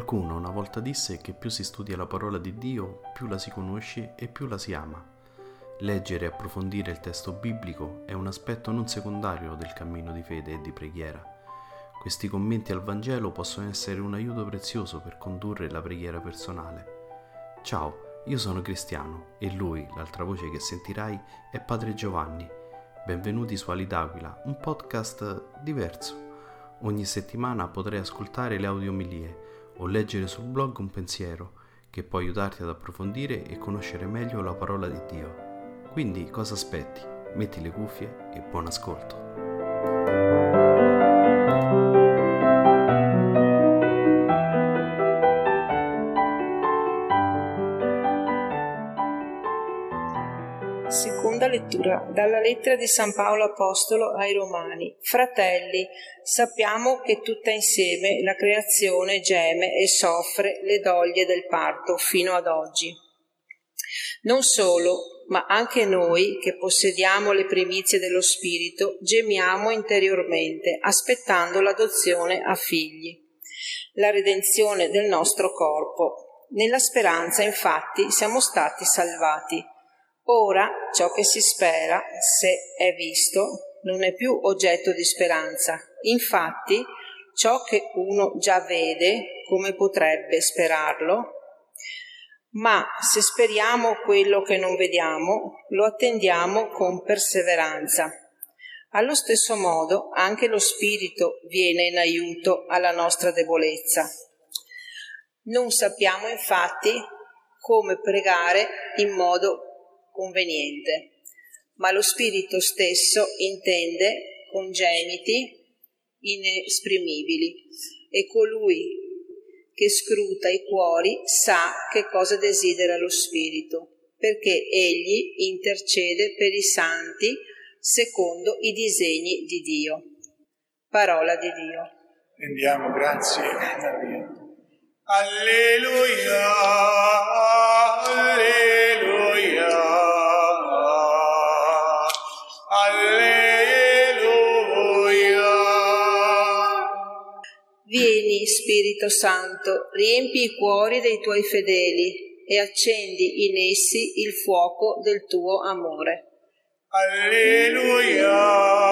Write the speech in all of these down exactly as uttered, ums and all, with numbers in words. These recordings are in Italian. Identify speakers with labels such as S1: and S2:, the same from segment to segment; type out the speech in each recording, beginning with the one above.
S1: Qualcuno una volta disse che più si studia la parola di Dio, più la si conosce e più la si ama. Leggere e approfondire il testo biblico è un aspetto non secondario del cammino di fede e di preghiera. Questi commenti al Vangelo possono essere un aiuto prezioso per condurre la preghiera personale. Ciao, io sono Cristiano e lui, l'altra voce che sentirai, è Padre Giovanni. Benvenuti su Ali d'Aquila, un podcast diverso. Ogni settimana potrai ascoltare le audiomilie o leggere sul blog un pensiero che può aiutarti ad approfondire e conoscere meglio la parola di Dio. Quindi cosa aspetti? Metti le cuffie e buon ascolto.
S2: Seconda lettura dalla lettera di San Paolo Apostolo ai Romani. Fratelli, sappiamo che tutta insieme la creazione geme e soffre le doglie del parto fino ad oggi. Non solo, ma anche noi che possediamo le primizie dello Spirito gemiamo interiormente, aspettando l'adozione a figli, la redenzione del nostro corpo. Nella speranza, infatti, siamo stati salvati. Ora ciò che si spera, se è visto, non è più oggetto di speranza. Infatti, ciò che uno già vede, come potrebbe sperarlo? Ma se speriamo quello che non vediamo, lo attendiamo con perseveranza. Allo stesso modo, anche lo Spirito viene in aiuto alla nostra debolezza. Non sappiamo, infatti, come pregare in modo conveniente, ma lo Spirito stesso intende con gemiti inesprimibili e colui che scruta i cuori sa che cosa desidera lo Spirito, perché egli intercede per i santi secondo i disegni di Dio. Parola di Dio.
S3: Rendiamo grazie a Dio. Alleluia, alleluia.
S2: Vieni, Spirito Santo, riempi i cuori dei tuoi fedeli e accendi in essi il fuoco del tuo amore.
S3: Alleluia,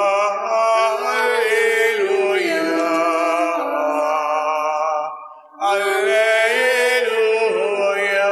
S3: alleluia, alleluia.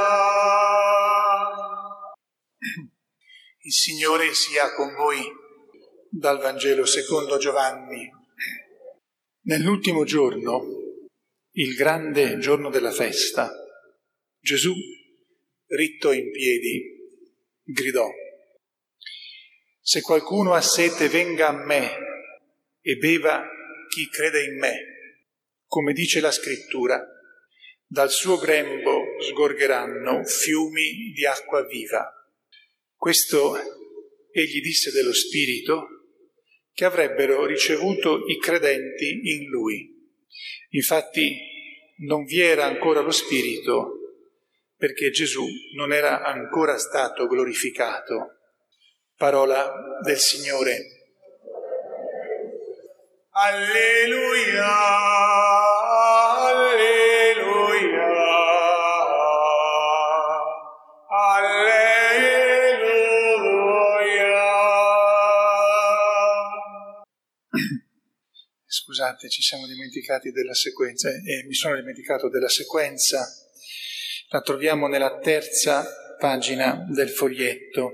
S3: Il Signore sia con voi. Dal Vangelo secondo Giovanni. Nell'ultimo giorno, il grande giorno della festa, Gesù, ritto in piedi, gridò: «Se qualcuno ha sete, venga a me e beva chi crede in me. Come dice la Scrittura, dal suo grembo sgorgeranno fiumi di acqua viva». Questo egli disse dello Spirito che avrebbero ricevuto i credenti in Lui. Infatti non vi era ancora lo Spirito, perché Gesù non era ancora stato glorificato. Parola del Signore. Alleluia, alleluia, alleluia. Scusate, ci siamo dimenticati della sequenza e mi sono dimenticato della sequenza. La troviamo nella terza pagina del foglietto.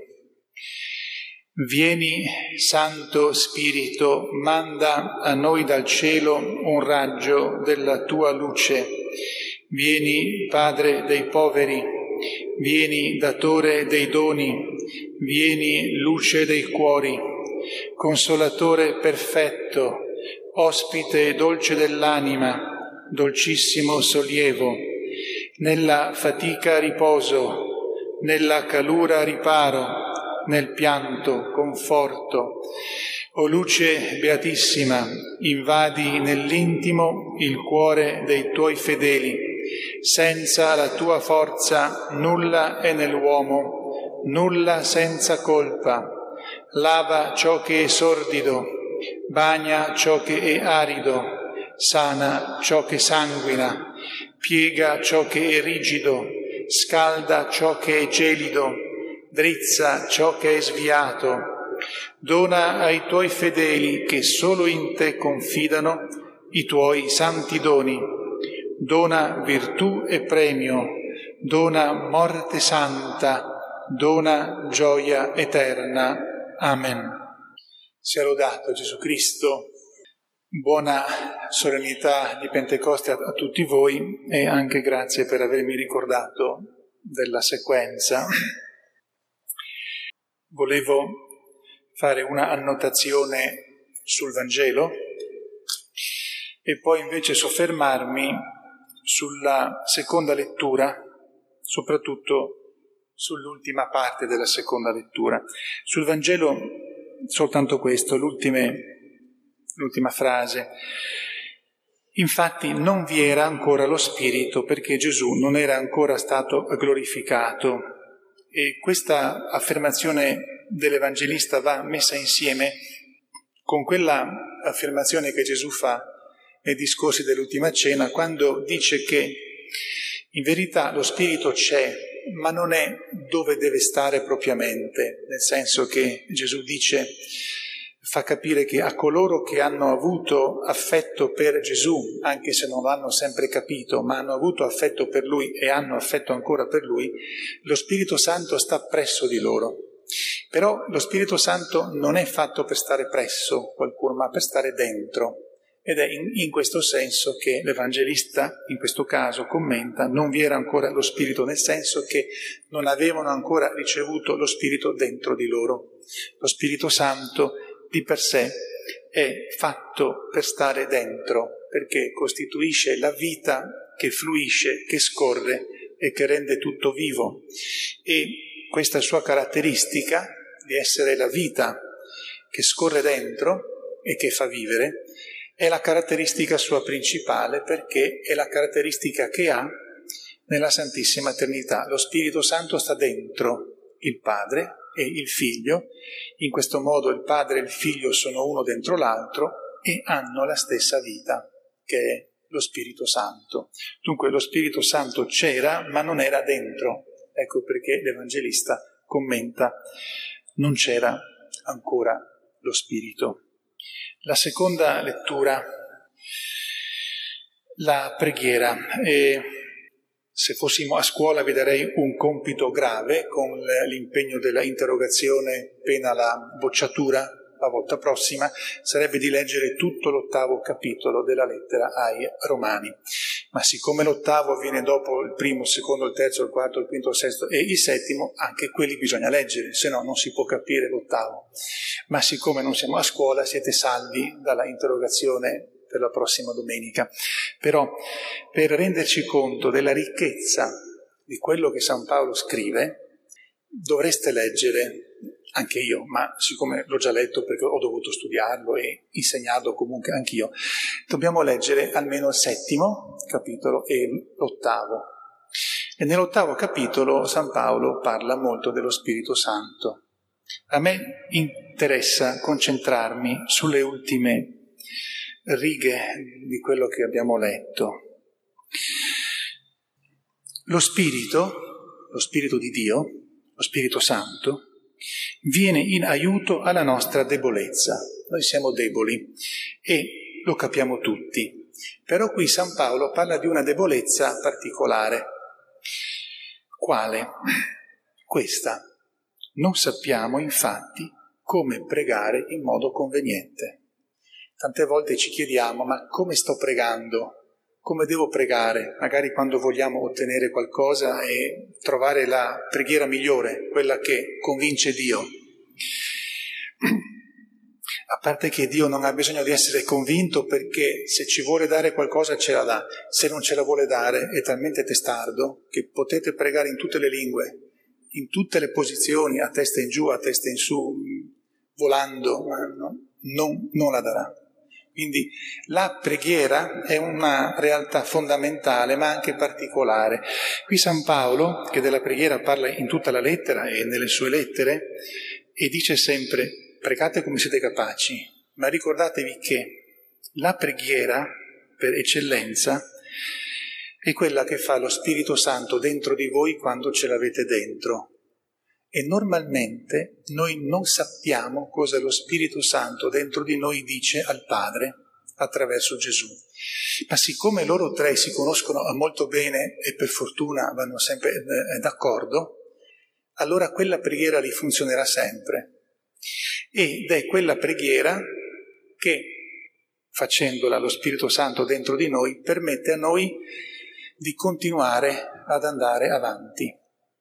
S3: Vieni, Santo Spirito, manda a noi dal cielo un raggio della tua luce. Vieni, Padre dei poveri, vieni, Datore dei doni, vieni, luce dei cuori, Consolatore perfetto, ospite dolce dell'anima, dolcissimo sollievo, nella fatica riposo, nella calura riparo, nel pianto conforto. O luce beatissima, invadi nell'intimo il cuore dei tuoi fedeli. Senza la tua forza nulla è nell'uomo, nulla senza colpa. Lava ciò che è sordido, bagna ciò che è arido, sana ciò che sanguina, piega ciò che è rigido, scalda ciò che è gelido, drizza ciò che è sviato. Dona ai tuoi fedeli che solo in te confidano i tuoi santi doni. Dona virtù e premio, dona morte santa, dona gioia eterna. Amen. Sia lodato Gesù Cristo. Buona solennità di Pentecoste a, a tutti voi e anche grazie per avermi ricordato della sequenza. Volevo fare una annotazione sul Vangelo e poi invece soffermarmi sulla seconda lettura, soprattutto sull'ultima parte della seconda lettura. Sul Vangelo soltanto questo, l'ultime L'ultima frase. Infatti non vi era ancora lo Spirito perché Gesù non era ancora stato glorificato. E questa affermazione dell'Evangelista va messa insieme con quella affermazione che Gesù fa nei discorsi dell'ultima cena, quando dice che in verità lo Spirito c'è, ma non è dove deve stare propriamente, nel senso che Gesù dice, fa capire che a coloro che hanno avuto affetto per Gesù, anche se non l'hanno sempre capito, ma hanno avuto affetto per Lui e hanno affetto ancora per Lui, lo Spirito Santo sta presso di loro. Però lo Spirito Santo non è fatto per stare presso qualcuno, ma per stare dentro. Ed è in, in questo senso che l'Evangelista, in questo caso, commenta, non vi era ancora lo Spirito, nel senso che non avevano ancora ricevuto lo Spirito dentro di loro. Lo Spirito Santo di per sé è fatto per stare dentro, perché costituisce la vita che fluisce, che scorre e che rende tutto vivo. E questa sua caratteristica di essere la vita che scorre dentro e che fa vivere è la caratteristica sua principale, perché è la caratteristica che ha nella Santissima Trinità. Lo Spirito Santo sta dentro il Padre e il Figlio. In questo modo il Padre e il Figlio sono uno dentro l'altro e hanno la stessa vita, che è lo Spirito Santo. Dunque lo Spirito Santo c'era, ma non era dentro. Ecco perché l'Evangelista commenta, non c'era ancora lo Spirito. La seconda lettura, la preghiera. E se fossimo a scuola vi darei un compito grave con l'impegno della interrogazione pena la bocciatura la volta prossima, sarebbe di leggere tutto l'ottavo capitolo della lettera ai Romani. Ma siccome l'ottavo viene dopo il primo, il secondo, il terzo, il quarto, il quinto, il sesto e il settimo, anche quelli bisogna leggere, se no non si può capire l'ottavo. Ma siccome non siamo a scuola, siete salvi dalla interrogazione per la prossima domenica. Però per renderci conto della ricchezza di quello che San Paolo scrive, dovreste leggere anche io, ma siccome l'ho già letto perché ho dovuto studiarlo e insegnarlo comunque anch'io, dobbiamo leggere almeno il settimo capitolo e l'ottavo. E nell'ottavo capitolo San Paolo parla molto dello Spirito Santo. A me interessa concentrarmi sulle ultime righe di quello che abbiamo letto. Lo Spirito, lo Spirito di Dio, lo Spirito Santo, viene in aiuto alla nostra debolezza. Noi siamo deboli e lo capiamo tutti. Però qui San Paolo parla di una debolezza particolare. Quale? Questa. Non sappiamo infatti come pregare in modo conveniente. Tante volte ci chiediamo, ma come sto pregando? Come devo pregare? Magari quando vogliamo ottenere qualcosa e trovare la preghiera migliore, quella che convince Dio. A parte che Dio non ha bisogno di essere convinto, perché se ci vuole dare qualcosa ce la dà. Se non ce la vuole dare è talmente testardo che potete pregare in tutte le lingue, in tutte le posizioni, a testa in giù, a testa in su, volando, ma no, non, non la darà. Quindi la preghiera è una realtà fondamentale ma anche particolare. Qui San Paolo, che della preghiera parla in tutta la lettera e nelle sue lettere, e dice sempre pregate come siete capaci, ma ricordatevi che la preghiera per eccellenza è quella che fa lo Spirito Santo dentro di voi quando ce l'avete dentro. E normalmente noi non sappiamo cosa lo Spirito Santo dentro di noi dice al Padre attraverso Gesù. Ma siccome loro tre si conoscono molto bene e per fortuna vanno sempre d'accordo, allora quella preghiera li funzionerà sempre. Ed è quella preghiera che, facendola lo Spirito Santo dentro di noi, permette a noi di continuare ad andare avanti.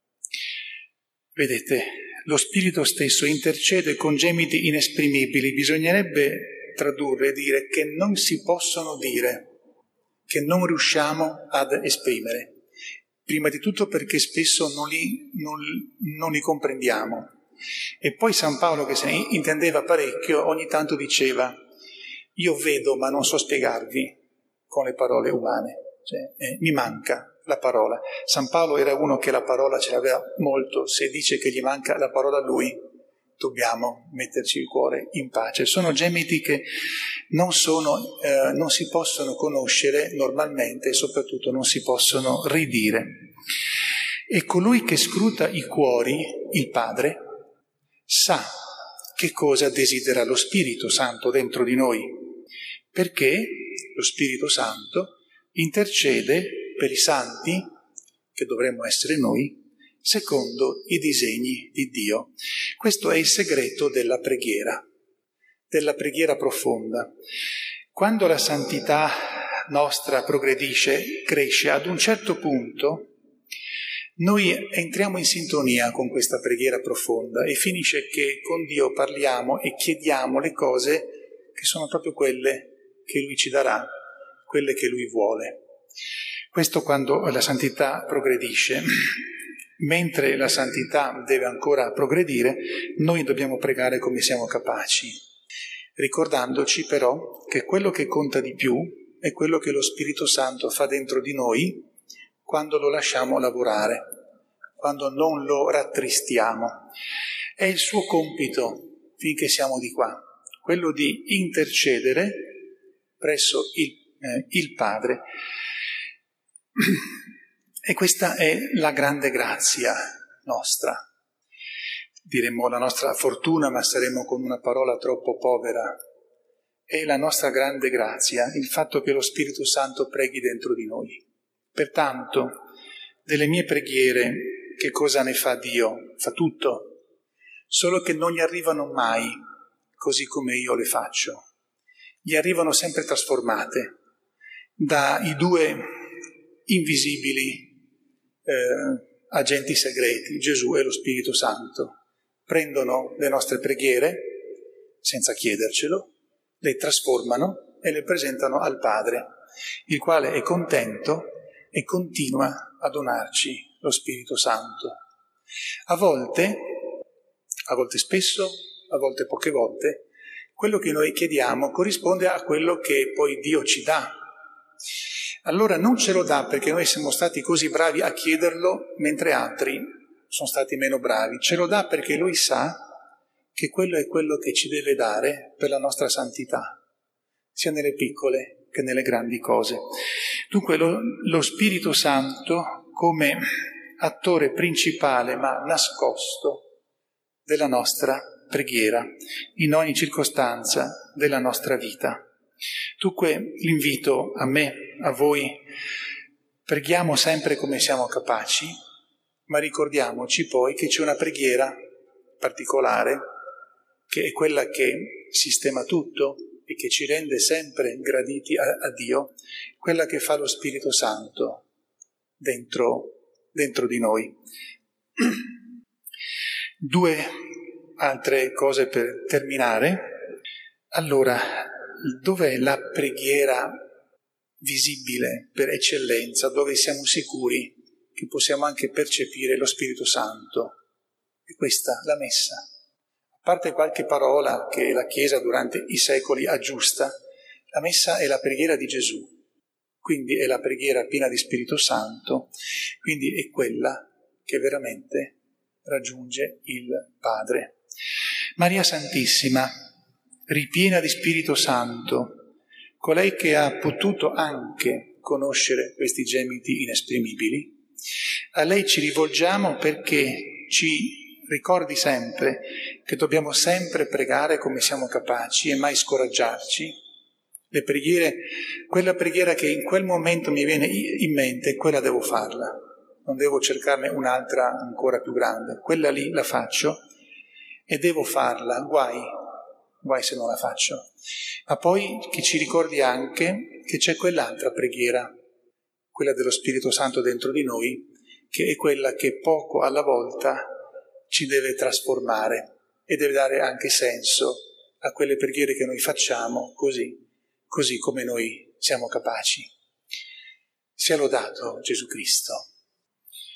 S3: Vedete, lo Spirito stesso intercede con gemiti inesprimibili. Bisognerebbe tradurre e dire che non si possono dire, che non riusciamo ad esprimere. Prima di tutto perché spesso non li, non, non li comprendiamo. E poi San Paolo, che se ne intendeva parecchio, ogni tanto diceva: io vedo ma non so spiegarvi con le parole umane, cioè, eh, mi manca la parola. San Paolo era uno che la parola ce l'aveva molto. Se dice che gli manca la parola a lui, dobbiamo metterci il cuore in pace. Sono gemiti che non, sono, eh, non si possono conoscere normalmente e soprattutto non si possono ridire. E colui che scruta i cuori, il Padre, sa che cosa desidera lo Spirito Santo dentro di noi, perché lo Spirito Santo intercede per i santi, che dovremmo essere noi, secondo i disegni di Dio. Questo è il segreto della preghiera, della preghiera profonda. Quando la santità nostra progredisce, cresce, ad un certo punto noi entriamo in sintonia con questa preghiera profonda e finisce che con Dio parliamo e chiediamo le cose che sono proprio quelle che Lui ci darà, quelle che Lui vuole. Questo quando la santità progredisce. Mentre la santità deve ancora progredire, noi dobbiamo pregare come siamo capaci, ricordandoci però che quello che conta di più è quello che lo Spirito Santo fa dentro di noi quando lo lasciamo lavorare, quando non lo rattristiamo. È il suo compito, finché siamo di qua, quello di intercedere presso il, eh, il Padre. E questa è la grande grazia nostra. Diremmo la nostra fortuna, ma saremmo con una parola troppo povera. È la nostra grande grazia, il fatto che lo Spirito Santo preghi dentro di noi. Pertanto, delle mie preghiere, che cosa ne fa Dio? Fa tutto, solo che non gli arrivano mai così come io le faccio. Gli arrivano sempre trasformate dai due invisibili Eh, agenti segreti, Gesù e lo Spirito Santo. Prendono le nostre preghiere, senza chiedercelo, le trasformano e le presentano al Padre, il quale è contento e continua a donarci lo Spirito Santo. A volte, a volte spesso, a volte poche volte, quello che noi chiediamo corrisponde a quello che poi Dio ci dà. Allora non ce lo dà perché noi siamo stati così bravi a chiederlo, mentre altri sono stati meno bravi. Ce lo dà perché Lui sa che quello è quello che ci deve dare per la nostra santità, sia nelle piccole che nelle grandi cose. Dunque lo, lo Spirito Santo come attore principale ma nascosto della nostra preghiera, in ogni circostanza della nostra vita. Dunque l'invito a me, a voi, preghiamo sempre come siamo capaci, ma ricordiamoci poi che c'è una preghiera particolare, che è quella che sistema tutto e che ci rende sempre graditi a, a Dio, quella che fa lo Spirito Santo dentro, dentro di noi. Due altre cose per terminare. Allora, dov'è la preghiera visibile per eccellenza, dove siamo sicuri che possiamo anche percepire lo Spirito Santo? È questa, la messa. A parte qualche parola che la Chiesa durante i secoli aggiusta, la messa è la preghiera di Gesù, quindi è la preghiera piena di Spirito Santo, quindi è quella che veramente raggiunge il Padre. Maria Santissima, ripiena di Spirito Santo, colei che ha potuto anche conoscere questi gemiti inesprimibili. A lei ci rivolgiamo perché ci ricordi sempre che dobbiamo sempre pregare come siamo capaci e mai scoraggiarci. Le preghiere, quella preghiera che in quel momento mi viene in mente, quella devo farla. Non devo cercarne un'altra ancora più grande. Quella lì la faccio e devo farla, guai, guai se non la faccio. Ma poi che ci ricordi anche che c'è quell'altra preghiera, quella dello Spirito Santo dentro di noi, che è quella che poco alla volta ci deve trasformare e deve dare anche senso a quelle preghiere che noi facciamo così, così come noi siamo capaci. Sia lodato Gesù Cristo.